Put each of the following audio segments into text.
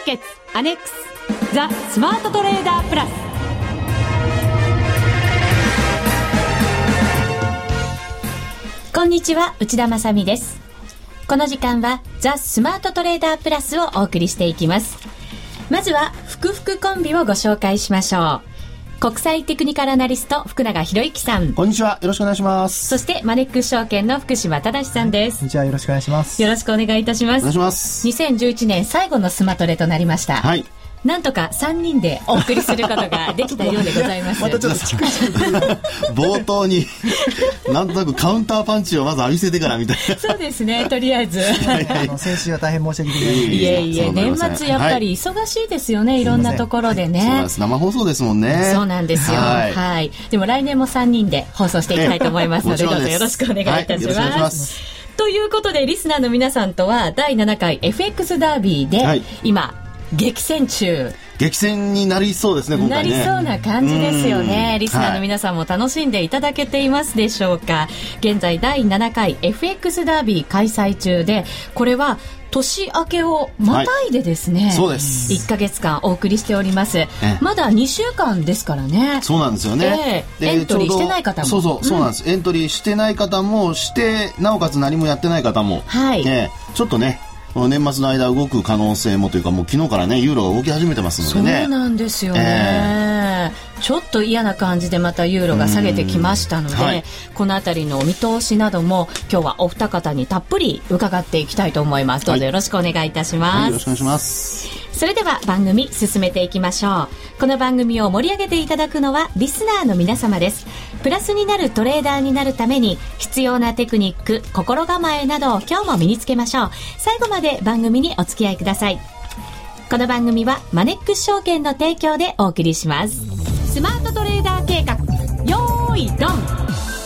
決アネックスザ・スマートトレーダープラス。こんにちは、内田まさみです。この時間はザ・スマートトレーダープラスをお送りしていきます。まずは福福コンビをご紹介しましょう。国際テクニカルアナリスト福永博之さん、 こんにちは、よろしくお願いします。 そしてマネックス証券の福島忠さんです。 こんにちは、よろしくお願いします。 よろしくお願いいたします。 お願いします。 2011年最後のスマトレとなりました。 はい、 なんとか3人でお送りすることができたようでございます。 またちょっと冒頭になんとなくカウンターパンチをまず浴びせてからみたいな。 そうですね、とりあえず先週は大変申し訳ございません。 いえいえ、年末やっぱり忙しいですよね、いろんなところでね。 そうなんです、生放送ですもんね。 そうなんですよ、はい、でも来年も3人で放送していきたいと思いますので、どうぞよろしくお願いいたします。 よろしくお願いします。 ということでリスナーの皆さんとは第7回 FX ダービーで、今激戦中、 激戦になりそうですね、今回ね。 なりそうな感じですよね。リスナーの皆さんも楽しんでいただけていますでしょうか。現在第7回 FX ダービー開催中で、これは年明けをまたいでですね、 そうです、 1ヶ月間お送りしております。まだ2週間ですからね。 そうなんですよね、 エントリーしてない方も、 そうなんです、エントリーしてない方もして、なおかつ何もやってない方も、ちょっとね、年末の間動く可能性もというか、もう昨日からねユーロが動き始めてますのでね。 そうなんですよね、ちょっと嫌な感じでまたユーロが下げてきましたので、このあたりの見通しなども今日はお二方にたっぷり伺っていきたいと思います。どうぞよろしくお願いいたします。 よろしくお願いします。 それでは番組進めていきましょう。この番組を盛り上げていただくのはリスナーの皆様です。プラスになるトレーダーになるために必要なテクニック、心構えなどを今日も身につけましょう。最後まで番組にお付き合いください。この番組はマネックス証券の提供でお送りします。スマートトレーダー計画、よーいドン。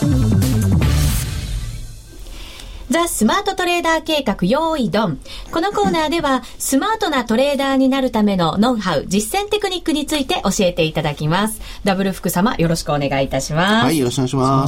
ザ・スマートトレーダー計画、用意ドン。このコーナーではスマートなトレーダーになるためのノウハウ、実践テクニックについて教えていただきます。ダブル福様、よろしくお願いいたします。 はい、よろしくお願いします。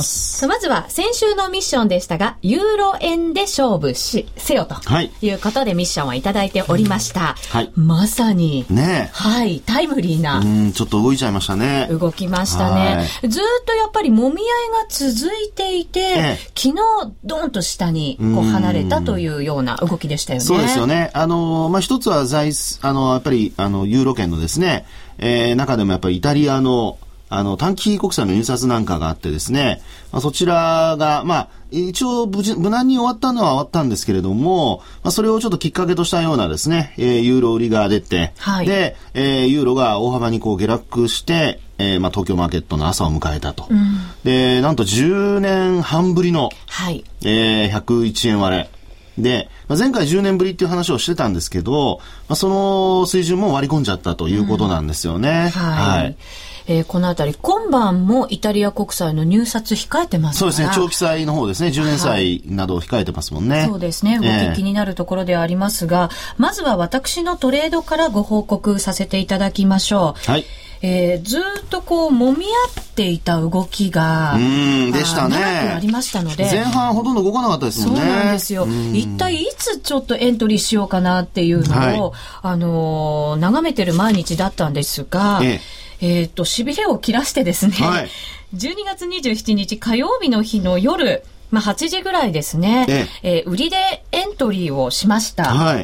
まずは先週のミッションでしたが、ユーロ円で勝負せよということでミッションをいただいておりました。まさにね、タイムリーな、 ちょっと動いちゃいましたね。 動きましたね。ずっとやっぱりもみ合いが続いていて、昨日ドーンと下にこう離れたというような動きでしたよね。 そうですよね。一つはやっぱりユーロ圏のですね、中でもやっぱりイタリアの短期国債の入札なんかがあってですね、そちらが一応無難に終わったのは終わったんですけれども、それをちょっときっかけとしたようなですね、ユーロ売りが出て、で、ユーロが大幅にこう下落して、東京マーケットの朝を迎えたと。で、なんと10年半ぶりの、101円割れ。で、前回10年ぶりっていう話をしてたんですけど、その水準も割り込んじゃったということなんですよね。 このあたり今晩もイタリア国債の入札控えてますから。 そうですね、長期債の方ですね、10年債などを控えてますもんね。 そうですね、動き気になるところではありますが、まずは私のトレードからご報告させていただきましょう。ずっとこう揉み合っていた動きがでしたね、 長くありましたので、 前半ほとんど動かなかったですもんね。 そうなんですよ。一体いつちょっとエントリーしようかなっていうのを、眺めてる毎日だったんですが、痺れを切らしてですね、12月27日火曜日の日の夜、8時ぐらいですね、売りでエントリーをしました。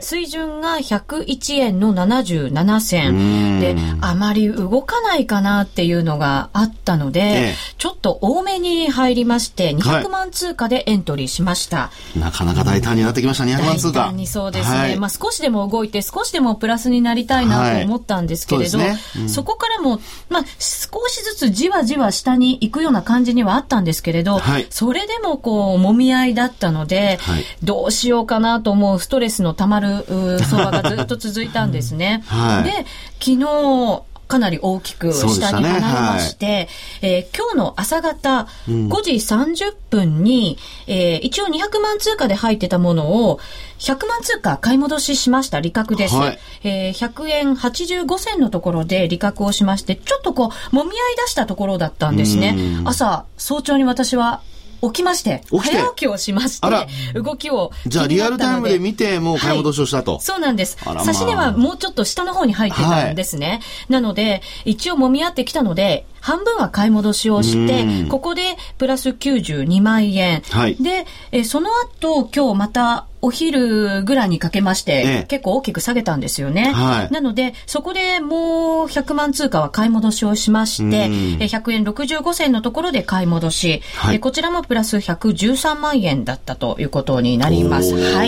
水準が101円の77銭で、あまり動かないかなっていうのがあったので、ちょっと多めに入りまして200万通貨でエントリーしました。 なかなか大胆になってきました、200万通貨。 大胆にそうですね、少しでも動いて少しでもプラスになりたいなと思ったんですけれど、そこからも、少しずつじわじわ下に行くような感じにはあったんですけれど、それでもこう揉み合いだったので、どうしようかなと思うストレスのたまる相場がずっと続いたんですね。で、昨日かなり大きく下に離れまして、今日の朝方5時30分に、一応200万通貨で入ってたものを100万通貨買い戻ししました。利確です。100円85銭のところで利確をしまして、ちょっとこう揉み合い出したところだったんですね。早朝に私は起きまして、早起きをしまして、動きをじゃあリアルタイムで見てもう買い戻しをしたと、はい、 そうなんです。指し値はもうちょっと下の方に入ってたんですね、はい、なので一応揉み合ってきたので半分は買い戻しをしてここでプラス92万円、はい、で、その後今日またお昼ぐらいにかけまして、結構大きく下げたんですよね、はい、なのでそこでもう100万通貨は買い戻しをしまして100円65銭のところで買い戻し、はい、こちらもプラス113万円だったということになります。はい、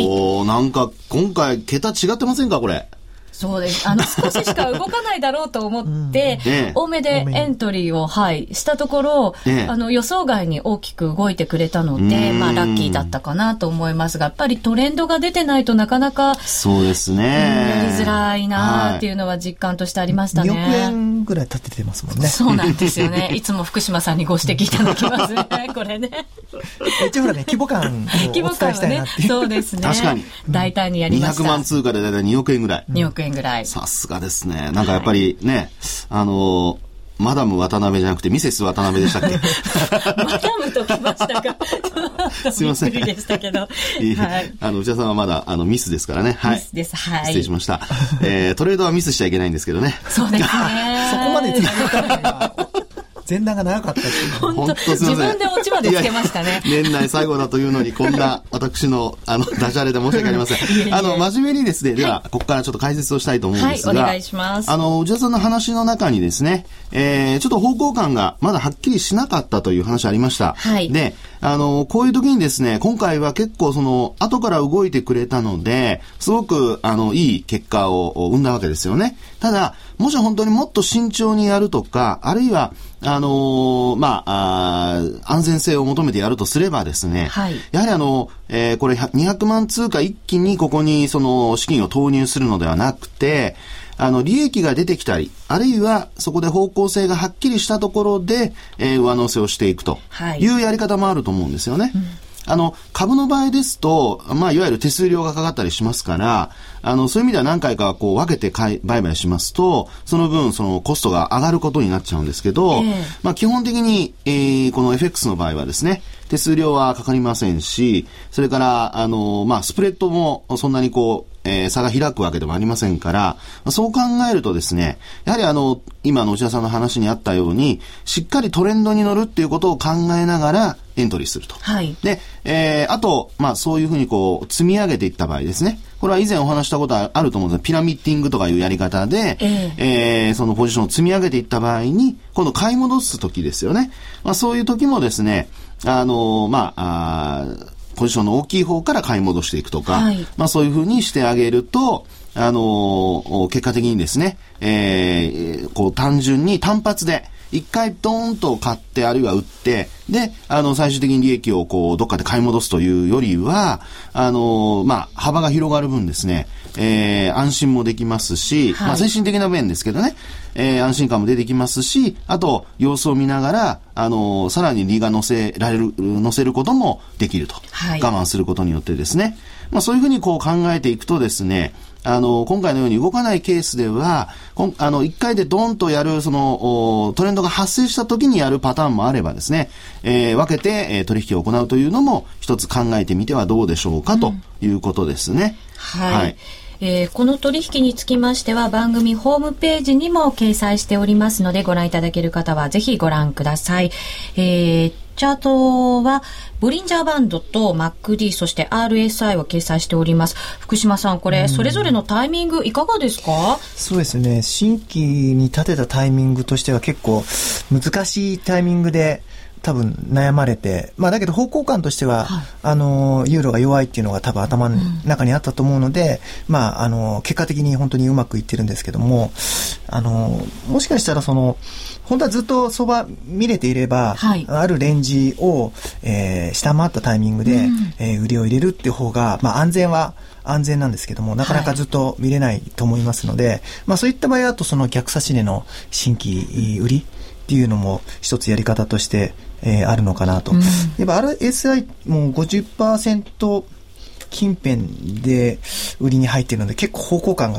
なんか今回桁違ってませんかこれ。 そうです。少ししか動かないだろうと思って、多めでエントリーを、はい、したところ、予想外に大きく動いてくれたので、まあ、ラッキーだったかなと思いますが、やっぱりトレンドが出てないとなかなか、 そうですね。 やりづらいなっていうのは実感としてありましたね。 2億円ぐらい立ててますもんね。 そうなんですよね。いつも福島さんにご指摘いただきますね、これね。 一応ほらね、規模感をお伝えしたいなっていう。 そうですね。 確かに。 大胆にやりました。 200万通貨でだいたい2億円ぐらい。 2億円ぐらい。 さすがですね。なんかやっぱりね、マダム渡辺じゃなくてミセス渡辺でしたっけマダムときましたかすいません。 びっくりでしたけど。はい、 内田さんはまだミスですからね。はい。 ミスです。はい。 失礼しました。トレードはミスしちゃいけないんですけどね。 そうですね。 そこまでつかない前段が長かったっていう。 本当自分でオチまでつけましたね。 年内最後だというのにこんな私のダジャレで申し訳ありません。真面目にですね、ではここからちょっと解説をしたいと思うんですが、 はい、お願いします。 内田さんの話の中にですね、ちょっと方向感がまだはっきりしなかったという話ありました。はい。で、こういう時にですね、今回は結構後から動いてくれたので、すごくいい結果を生んだわけですよね。ただ、もし本当にもっと慎重にやるとか、あるいは安全性を求めてやるとすればですね、はい、やはりこれ200万通貨一気にここに資金を投入するのではなくて、利益が出てきたり、あるいはそこで方向性がはっきりしたところで、上乗せをしていくというやり方もあると思うんですよね。株の場合ですと、いわゆる手数料がかかったりしますから、そういう意味では何回かこう分けて売買しますと、その分コストが上がることになっちゃうんですけど、基本的に、この FX の場合はですね、手数料はかかりませんし、それから、スプレッドもそんなに差が開くわけでもありませんから、そう考えるとですね、やはり今の内田さんの話にあったように、しっかりトレンドに乗るっていうことを考えながらエントリーすると。はい。で、あと、そういうふうに積み上げていった場合ですね、これは以前お話したことあると思うんですが、ピラミッティングとかいうやり方で、そのポジションを積み上げていった場合に、今度買い戻す時ですよね。そういう時もですね、ポジションの大きい方から買い戻していくとか、はい、そういうふうにしてあげると、結果的にですね、単純に単発で、一回ドーンと買ってあるいは売って、で、最終的に利益をどっかで買い戻すというよりは、幅が広がる分ですね、安心もできますし、はい、精神的な面ですけどね、安心感も出てきますし、あと、様子を見ながら、さらに利が乗せることもできると。はい、我慢することによってですね。そういうふうに考えていくとですね、今回のように動かないケースでは、一回でドンとやる、トレンドが発生した時にやるパターンもあればですね、分けて、取引を行うというのも一つ考えてみてはどうでしょうか、ということですね。 はい。はい、この取引につきましては番組ホームページにも掲載しておりますのでご覧いただける方はぜひご覧ください。チャートはボリンジャーバンドと MACD そして RSI を掲載しております。福島さん、これそれぞれのタイミングいかがですか？ そうですね、新規に立てたタイミングとしては結構難しいタイミングで多分悩まれて、だけど方向感としては、はい、ユーロが弱いっていうのが多分頭の中にあったと思うので、結果的に本当にうまくいってるんですけども、もしかしたら本当はずっと相場見れていれば、はい、あるレンジを、下回ったタイミングで、売りを入れるっていう方が、安全は安全なんですけども、なかなかずっと見れないと思いますので、そういった場合だとその逆差し値の新規売りっていうのも一つやり方としてあるのかなと。やっぱ RSI も 50% 近辺で売りに入っているので結構方向感が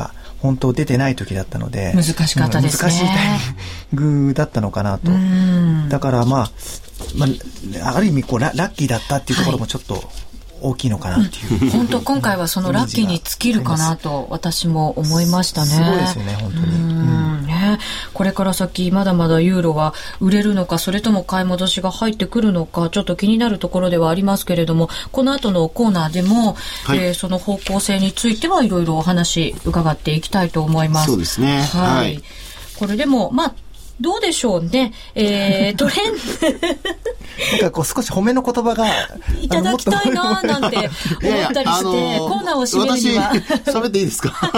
本当出てない時だったので。 難しかったですね。 難しいタイミングだったのかなと。だからまあ、ある意味ラッキーだったっていうところもちょっと大きいのかなっていう。 本当今回はそのラッキーに尽きるかなと私も思いましたね。 すごいですよね、本当に。 ね、これから先まだまだユーロは売れるのか、それとも買い戻しが入ってくるのか、ちょっと気になるところではありますけれども、この後のコーナーでも、その方向性についてはいろいろお話伺っていきたいと思います。 そうですね。はい。 これでもどうでしょうね。トレンドなんか少し褒めの言葉がいただきたいななんて思ったりして、コーナーを締めるには私喋っていいですか？ はい、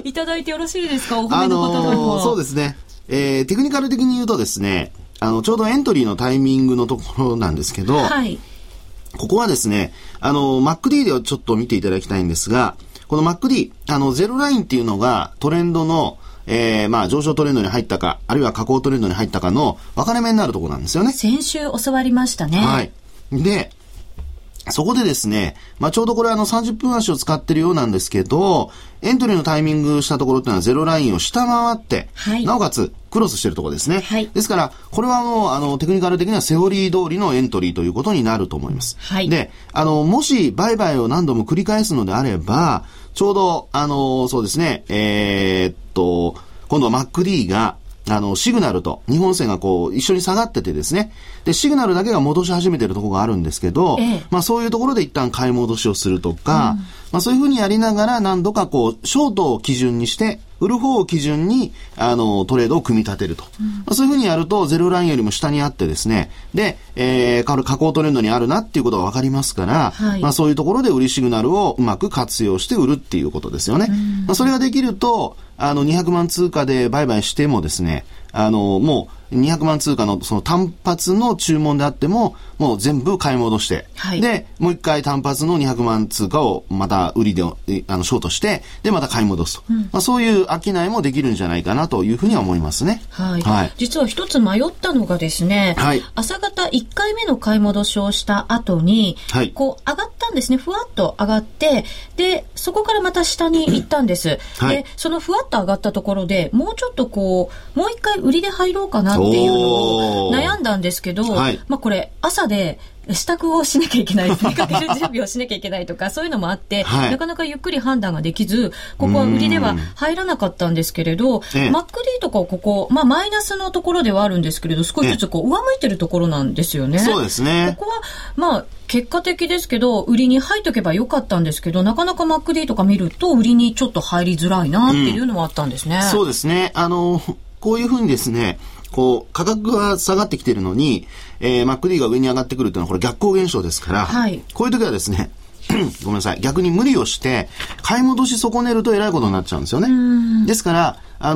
いただいてよろしいですか？お褒めの言葉も。 そうですね。テクニカル的に言うとですね、ちょうどエントリーのタイミングのところなんですけど、はい、ここはですね、MACD でちょっと見ていただきたいんですが、この MACD、ゼロラインっていうのがトレンドの上昇トレンドに入ったか、あるいは下降トレンドに入ったかの分かれ目になるところなんですよね。 先週教わりましたね。 はい。で、そこでですね、ちょうどこれ30分足を使ってるようなんですけど、エントリーのタイミングしたところっていうのはゼロラインを下回って、はい、なおかつクロスしてるところですね。はい、ですから、これはもうテクニカル的にはセオリー通りのエントリーということになると思います。はい、で、もし売買を何度も繰り返すのであれば、ちょうど、そうですね、今度は MACD が、シグナルと日本線が一緒に下がっててですね。で、シグナルだけが戻し始めてるところがあるんですけど、そういうところで一旦買い戻しをするとか、そういうふうにやりながら何度かショートを基準にして、売る方を基準に、トレードを組み立てると。そういうふうにやると、ゼロラインよりも下にあってですね。で、下降トレンドにあるなっていうことがわかりますから、はい、そういうところで売りシグナルをうまく活用して売るっていうことですよね。それができると、200万通貨で売買してもですね、もう200万通貨のその単発の注文であっても、もう全部買い戻して、はい、で、もう一回単発の200万通貨をまた売りで、ショートして、で、また買い戻すと。そういう商いもできるんじゃないかなというふうには思いますね。 はい。はい、実は一つ迷ったのがですね、はい、朝方1回目の買い戻しをした後に、はい、上がったんですね。ふわっと上がって、で、そこからまた下に行ったんです。はい、で、そのふわっと上がったところで、もうちょっともう一回売りで入ろうかなっていうのを悩んだんですけど、はい、これ朝で支度をしなきゃいけない、出かける準備をしなきゃいけないとかそういうのもあって、はい、なかなかゆっくり判断ができず、ここは売りでは入らなかったんですけれど、MACD とかここ、マイナスのところではあるんですけれど、少しずつ上向いてるところなんですよね。 そうですね。 ここは結果的ですけど、売りに入っとけばよかったんですけど、なかなか MACD とか見ると売りにちょっと入りづらいなっていうのはあったんですね。 そうですね。こういうふうにですね、価格が下がってきているのに、MACD が上に上がってくるというのはこれ逆行現象ですから、はい、こういう時はですね、ごめんなさい、逆に無理をして買い戻し損ねるとえらいことになっちゃうんですよね。ですから、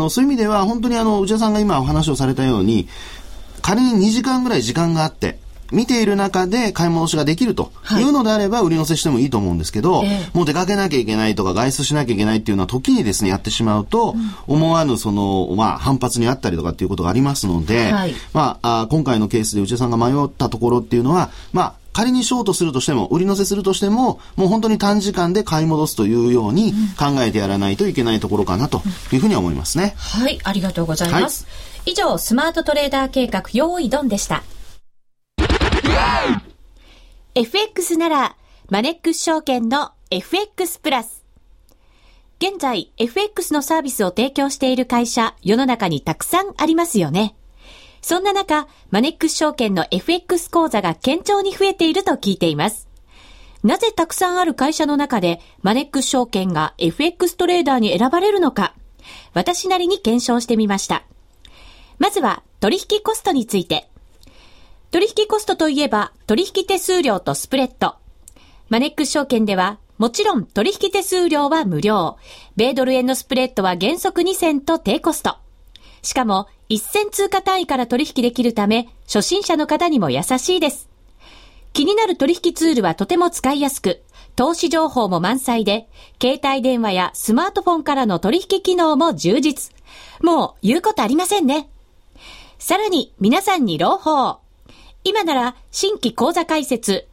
そういう意味では本当に内田さんが今お話をされたように、仮に2時間ぐらい時間があって、見ている中で買い戻しができるというのであれば売り乗せしてもいいと思うんですけど、もう出かけなきゃいけないとか外出しなきゃいけないっていうのは時にですねやってしまうと、思わぬ反発にあったりとかっていうことがありますので、はい、今回のケースで内田さんが迷ったところっていうのは、仮にショートするとしても売り乗せするとしてももう本当に短時間で買い戻すというように考えてやらないといけないところかなというふうに思いますね。 はい、ありがとうございます。はい、以上スマートトレーダー計画用意ドンでした。FX ならマネックス証券の FX プラス。現在 FX のサービスを提供している会社、世の中にたくさんありますよね。そんな中、マネックス証券の FX 口座が堅調に増えていると聞いています。なぜたくさんある会社の中でマネックス証券が FX トレーダーに選ばれるのか、私なりに検証してみました。まずは取引コストについて。取引コストといえば取引手数料とスプレッド。マネックス証券ではもちろん取引手数料は無料。米ドル円のスプレッドは原則2銭と低コスト。しかも1銭通貨単位から取引できるため初心者の方にも優しいです。気になる取引ツールはとても使いやすく、投資情報も満載で、携帯電話やスマートフォンからの取引機能も充実。もう言うことありませんね。さらに皆さんに朗報。今なら新規口座開設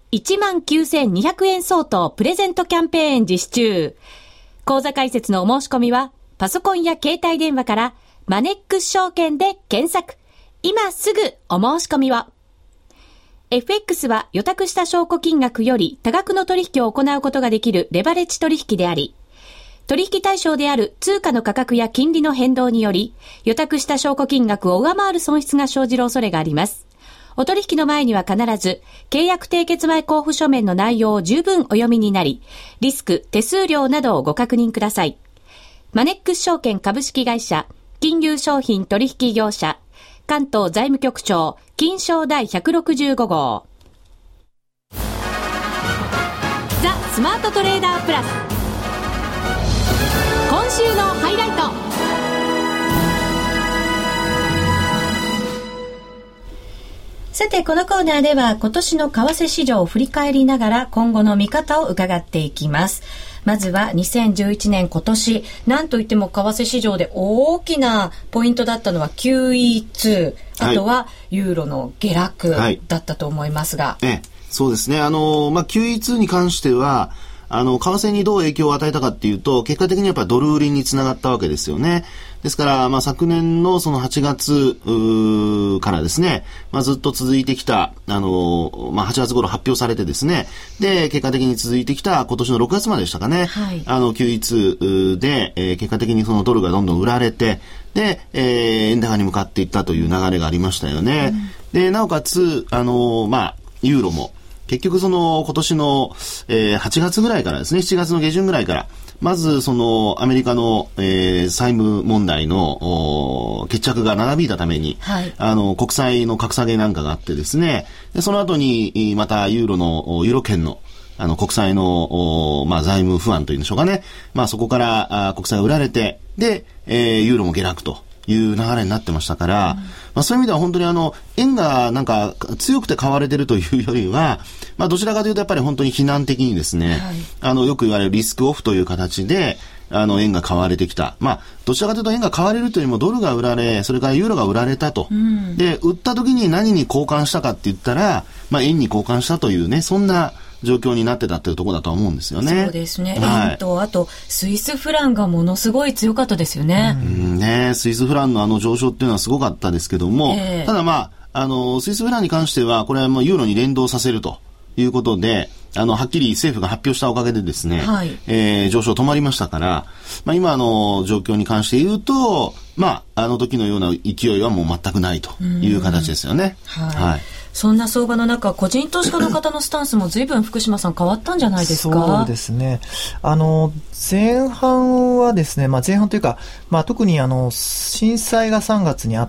19,200 円相当プレゼントキャンペーン実施中。口座開設のお申し込みはパパソコンや携帯電話からマネックス証券で検索。今すぐお申し込みを。FX は予託した証拠金額より多額の取引を行うことができるレバレッジ取引であり、取引対象である通貨の価格や金利の変動により、予託した証拠金額を上回る損失が生じる恐れがあります。お取引の前には必ず、契約締結前交付書面の内容を十分お読みになり、リスク、手数料などをご確認ください。マネックス証券株式会社、金融商品取引業者、関東財務局長、金商第165号。ザ・スマートトレーダープラス。今週のハイライト。 さて、このコーナーでは今年の為替市場を振り返りながら今後の見方を伺っていきます。まずは2011年今年、なんといっても為替市場で大きなポイントだったのは QE2、あとはユーロの下落だったと思いますが。 そうですね。QE2 に関しては、為替にどう影響を与えたかっていうと、結果的にやっぱりドル売りにつながったわけですよね。ですから、昨年のその8月からですね、ずっと続いてきた、8月頃発表されてですね、で、結果的に続いてきた今年の6月まででしたかね、QE2 で、結果的にそのドルがどんどん売られて、で、円高に向かっていったという流れがありましたよね。で、なおかつ、ユーロも、結局その今年の、8月ぐらいからですね、7月の下旬ぐらいから、まずそのアメリカの、債務問題の決着が長引いたために、国債の格下げなんかがあってですね、でその後にまたユーロ圏の国債の、財務不安というんでしょうかね。そこから国債が売られて、で、ユーロも下落という流れになってましたから、そういう意味では本当に円がなんか強くて買われてるというよりは、どちらかというとやっぱり本当に非難的にですね、よく言われるリスクオフという形で、円が買われてきた。どちらかというと円が買われるというよりもドルが売られ、それからユーロが売られたと。で、売った時に何に交換したかって言ったら、円に交換したというね、そんな状況になってたっていうところだとは思うんですよね。 そうですね。円と、あと、スイスフランがものすごい強かったですよね。 スイスフランの上昇っていうのはすごかったですけども、ただスイスフランに関しては、これはユーロに連動させるということで、はっきり政府が発表したおかげでですね、上昇止まりましたから、今の状況に関して言うと、時のような勢いはもう全くないという形ですよね。 そんな相場の中、個人投資家の方のスタンスも随分福島さん変わったんじゃないですか？ そうですね。前半はですね、前半というか、特に震災が3月にあって、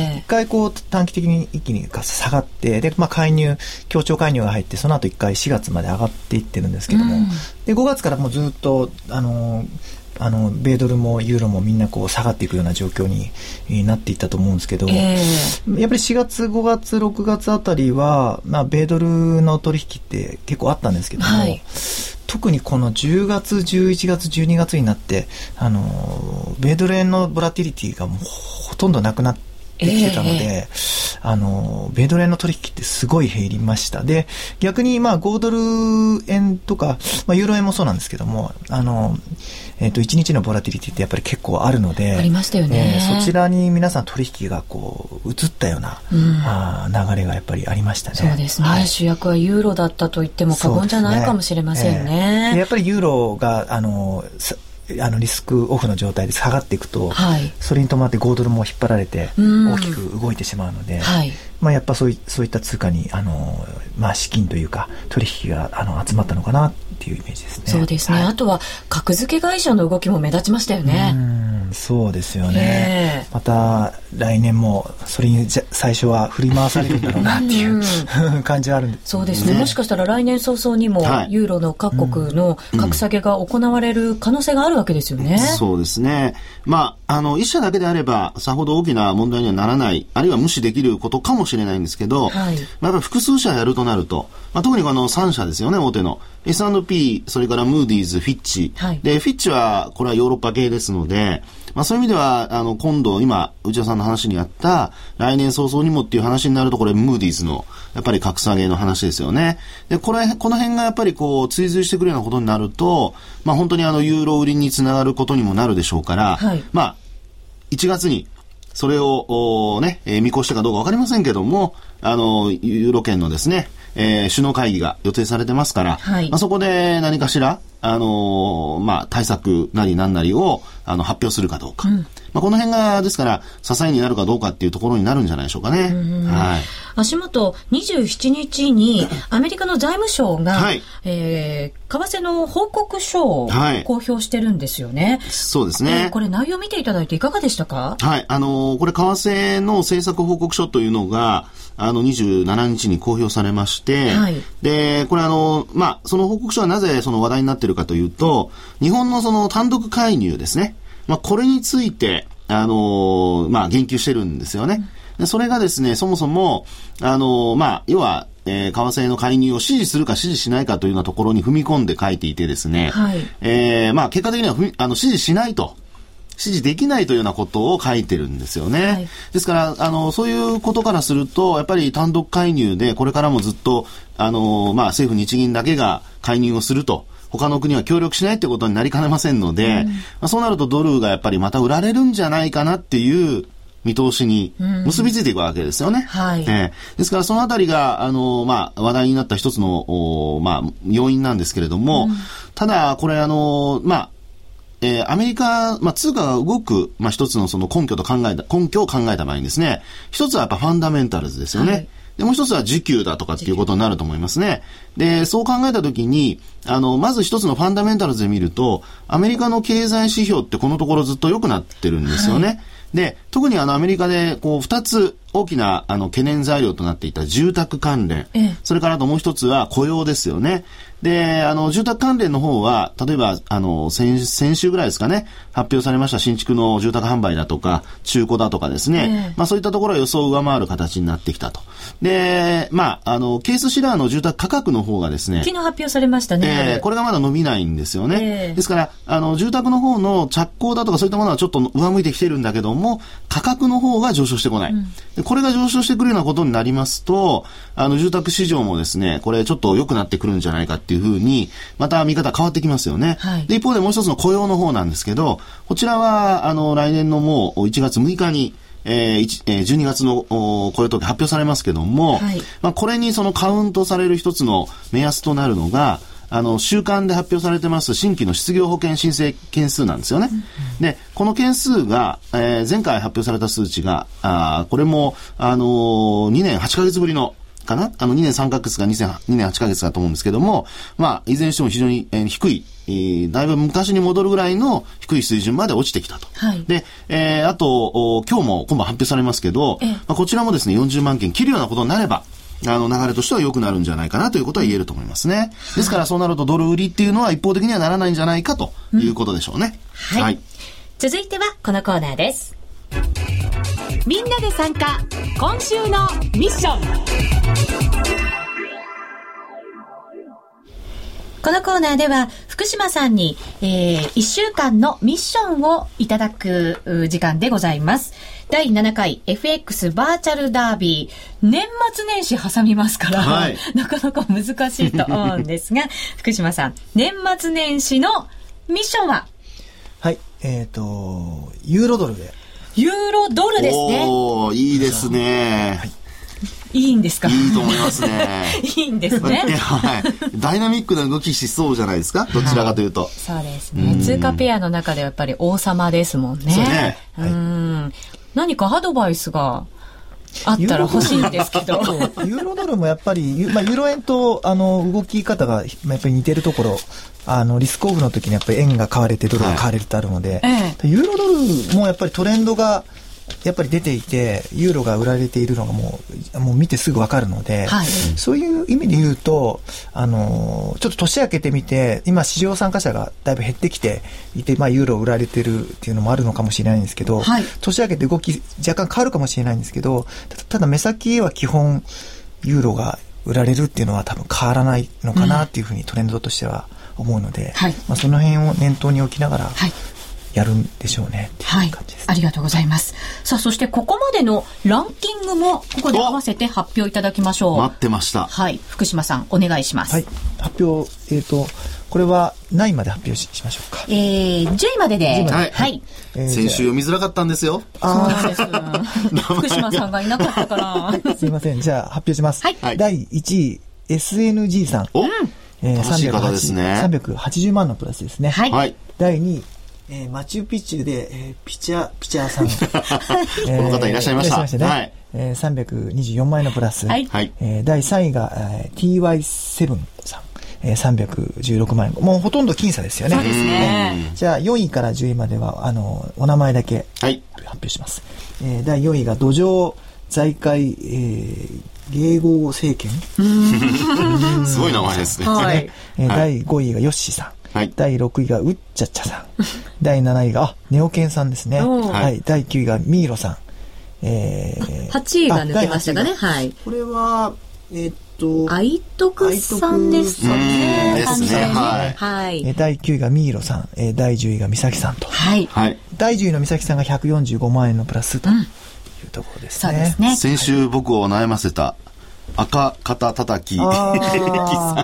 一回短期的に一気に下がって、で、協調介入が入って、その後一回4月まで上がっていってるんですけども、で、5月からもうずっと、米ドルもユーロもみんな下がっていくような状況になっていったと思うんですけど、やっぱり4月、5月、6月あたりは、米ドルの取引って結構あったんですけども、特にこの10月、11月、12月になって、米ドル円のボラティリティがもうほとんどなくなってきてたので、米ドル円の取引ってすごい減りました。で、逆に5ドル円とか、ユーロ円もそうなんですけども、1日のボラティリティってやっぱり結構あるので、 ありましたよね。 そちらに皆さん取引が移ったような、流れがやっぱりありましたね。 そうですね。主役はユーロだったと言っても過言じゃないかもしれませんね。 やっぱりユーロがリスクオフの状態で下がっていくと、それに伴って5ドルも引っ張られて大きく動いてしまうので、やっぱそういった通貨に資金というか取引が集まったのかなっていうイメージですね。 そうですね。あとは格付け会社の動きも目立ちましたよね。 そうですよね。また来年もそれに最初は振り回されるんだろうなっていう感じはあるんです。 そうですね。もしかしたら来年早々にもユーロの各国の格下げが行われる可能性があるわけですよね。 そうですね。一社だけであればさほど大きな問題にはならない、あるいは無視できることかもしれないんですけど、やっぱり複数社やるとなると、特にこの3社ですよね、大手の S&P、それからムーディーズ、フィッチ、でフィッチはこれはヨーロッパ系ですので、 そういう意味では、今度、今、内田さんの話にあった、来年早々にもっていう話になると、これ、ムーディーズの、やっぱり格下げの話ですよね。で、この辺がやっぱり追随してくるようなことになると、本当にユーロ売りにつながることにもなるでしょうから、はい、1月に、それを、見越したかどうかわかりませんけども、ユーロ圏のですね、首脳会議が予定されてますから、はい、そこで何かしら、対策なり何なりを、発表するかどうか。この辺が、ですから、支えになるかどうかっていうところになるんじゃないでしょうかね。はい。 足元、27日に、アメリカの財務省が、はい、為替の報告書を公表してるんですよね。 はい、そうですね。 これ内容見ていただいていかがでしたか？ はい。これ、為替の政策報告書というのが、27日に公表されまして、はい、で、これその報告書はなぜその話題になっているかというと、日本のその単独介入ですね。これについて、言及してるんですよね。で、それがですね、そもそも、要は、為替の介入を支持するか支持しないかというようなところに踏み込んで書いていてですね、はい、結果的には支持しないと。支持できないというようなことを書いてるんですよね。はい、ですから、そういうことからすると、やっぱり単独介入で、これからもずっと、政府日銀だけが介入をすると、他の国は協力しないってことになりかねませんので、そうなるとドルがやっぱりまた売られるんじゃないかなっていう見通しに結びついていくわけですよね。はい。ですからそのあたりが、話題になった一つの、要因なんですけれども、ただ、これアメリカ、通貨が動く、一つのその根拠を考えた場合にですね、一つはやっぱファンダメンタルズですよね。はい、で、もう一つは需給だとかっていうことになると思いますね。で、そう考えたときに、まず一つのファンダメンタルズで見ると、アメリカの経済指標ってこのところずっと良くなってるんですよね。はい、で、特にアメリカで、二つ大きな、懸念材料となっていた住宅関連。それからあともう一つは雇用ですよね。で、住宅関連の方は、例えば、先週ぐらいですかね、発表されました新築の住宅販売だとか、中古だとかですね、そういったところは予想を上回る形になってきたと。で、ケースシラーの住宅価格の方がですね、 昨日発表されましたね。 これがまだ伸びないんですよね。ですから、住宅の方の着工だとかそういったものはちょっと上向いてきてるんだけども、価格の方が上昇してこない。でこれが上昇してくるようなことになりますと、住宅市場もですね、これちょっと良くなってくるんじゃないかっていうふうに、また見方変わってきますよね。はい、で、一方でもう一つの雇用の方なんですけど、こちらは、来年のもう1月6日に、12月の雇用統計発表されますけども、はい、これにそのカウントされる一つの目安となるのが、週間で発表されてます新規の失業保険申請件数なんですよね。で、この件数が、前回発表された数値が、これも、2年8ヶ月ぶりの、かな2年3ヶ月か2年8ヶ月だと思うんですけども、いずれにしても非常に、低い、だいぶ昔に戻るぐらいの低い水準まで落ちてきたと。はい、で、あと、今日も今晩発表されますけど、こちらもですね、40万件切るようなことになれば、流れとしては良くなるんじゃないかなということは言えると思いますね。ですからそうなるとドル売りっていうのは一方的にはならないんじゃないかということでしょうね。 はい。続いてはこのコーナーです。みんなで参加、今週のミッション。このコーナーでは福島さんに、1週間のミッションをいただく時間でございます。第7回 FX バーチャルダービー、年末年始挟みますから、はい、なかなか難しいと思うんですが福島さん、年末年始のミッションは？ はい、ユーロドルで。 ユーロドルですね。 おー、いいですね。はい、 いいんですか？ いいと思いますね。 いいんですね。 はい。ダイナミックな動きしそうじゃないですか、どちらかというと。 そうですね。通貨ペアの中ではやっぱり王様ですもんね。 そうね。 はい、何かアドバイスがあったら欲しいんですけど。 ユーロドルもやっぱり、ユーロ円と動き方がやっぱり似てるところ、リスクオフの時にやっぱり円が買われてドルが買われるとあるので、ユーロドルもやっぱりトレンドがやっぱり出ていて、ユーロが売られているのがもう見てすぐわかるので、はい、そういう意味で言うと、ちょっと年明けてみて、今市場参加者がだいぶ減ってきていて、ユーロ売られてるっていうのもあるのかもしれないんですけど、はい、年明けて動き若干変わるかもしれないんですけど、ただ目先は基本ユーロが売られるっていうのは多分変わらないのかなっていうふうにトレンドとしては思うので、はい、その辺を念頭に置きながら、はい、 やるんでしょうねっていう感じです、 ありがとうございます。さあ、そしてここまでのランキングもここで合わせて発表いただきましょう。 待ってました。 はい、福島さんお願いします。 はい、発表、これは何位まで発表 しましょうか。 10位までで。 はい。先週読みづらかったんですよ。 そうなんです。福島さんがいなかったから。はい、 すいません。じゃあ発表します。 はい。 第1位、SNG さん。 正しい方ですね。 380万のプラスですね。 はい。 第2位、マチュピチュで、ピチャーさん。 この方いらっしゃいました。 ね。はい。324万円のプラス。 はい。 第3位が、TY7 さん。316万円。もうほとんど僅差ですよね。 そうですね。 じゃあ4位から10位まではお名前だけ発表します。第4位が土壌財界、芸合政権。 すごい名前ですね。 はい。 第5位がヨッシーさん。はい、第6位がウッチャッチャさん。第7位がネオケンさんですね。はい。第9位がミーロさん。 8位が抜けましたかね。はい。 これは愛徳さんですね。 ですね。 はい。 第9位がミーロさん、第10位が美咲さんと。 はい。 第10位の美咲さんが145万円のプラスというところですね。 そうですね。 先週僕を悩ませた赤肩叩き。 18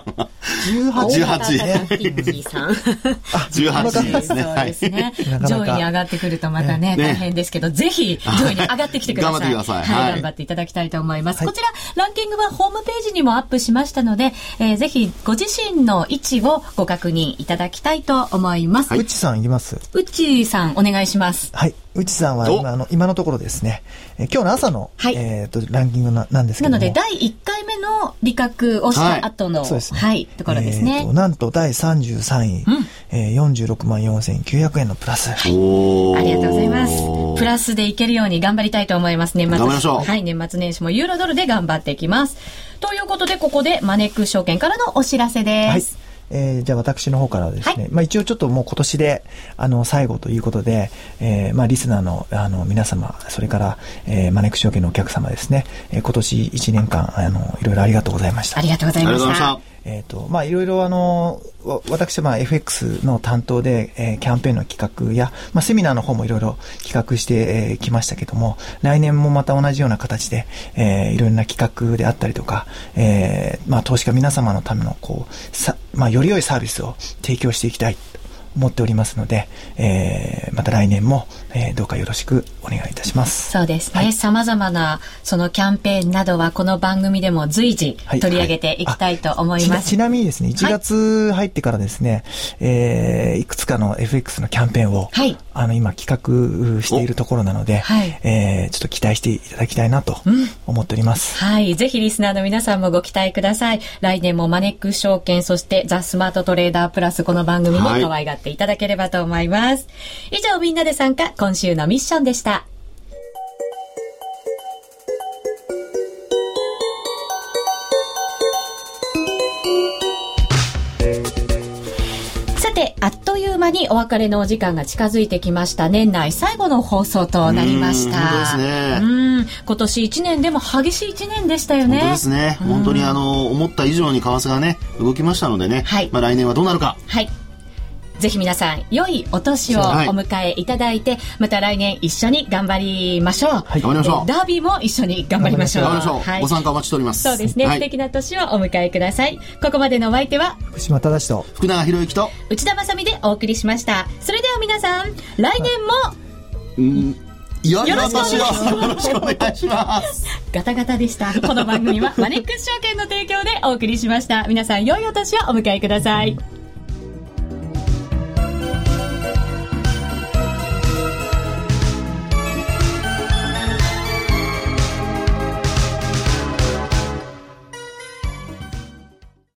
ですね。 そうですね。上位に上がってくるとまたね、大変ですけど、ぜひ上位に上がってきてください。 頑張ってください。 はい。頑張っていただきたいと思います。こちら、ランキングはホームページにもアップしましたので、ぜひご自身の位置をご確認いただきたいと思います。 うちさんいきます。 うちさんお願いします。 はい。うちさんは今のところですね、今日の朝の、ランキングなんですけども。なので、 第1回目の理学をした後の、 そうですね。 はい、ところですね。 なんと第33位、46万4900円のプラス。 はい。ありがとうございます。プラスでいけるように頑張りたいと思います。年末。 頑張りましょう。 はい、年末年始もユーロドルで頑張っていきます。ということで、ここでマネックス証券からのお知らせです。はい。 じゃあ私の方からですね、一応ちょっともう今年で最後ということで、リスナーの皆様、それからマネックス証券のお客様ですね、今年1年間いろいろありがとうございました。 ありがとうございました。 いろいろ私はFX の担当で、キャンペーンの企画や、セミナーの方もいろいろ企画してきましたけども、来年もまた同じような形で、いろんな企画であったりとか、投資家皆様のためのより良いサービスを提供していきたいと思っておりますので、また来年も、どうかよろしくお願いいたします。 そうですね。様々なそのキャンペーンなどはこの番組でも随時取り上げていきたいと思います。 ちなみにですね、1月入ってからですね、いくつかの FX のキャンペーンを、今企画しているところなので、ちょっと期待していただきたいなと思っております。 はい。ぜひリスナーの皆さんもご期待ください。来年もマネックス証券、そしてザ・スマートトレーダープラスこの番組も可愛がっていただければと思います。以上、みんなで参加、今週のミッションでした。さて、あっという間にお別れのお時間が近づいてきました。年内最後の放送となりました。 本当ですね。 今年1年でも激しい1年でしたよね。 本当ですね。本当に思った以上に為替がね、動きましたのでね、来年はどうなるか。 はい。ぜひ皆さん良いお年をお迎えいただいて、また来年一緒に頑張りましょう。 頑張りましょう。 ダービーも一緒に頑張りましょう。 ご参加お待ちしております。 そうですね。素敵な年をお迎えください。ここまでのお相手は福島正と福永博之と内田まさみでお送りしました。それでは皆さん、来年もよろしくお願いします。 ガタガタでした。この番組はマネックス証券の提供でお送りしました。皆さん良いお年をお迎えください。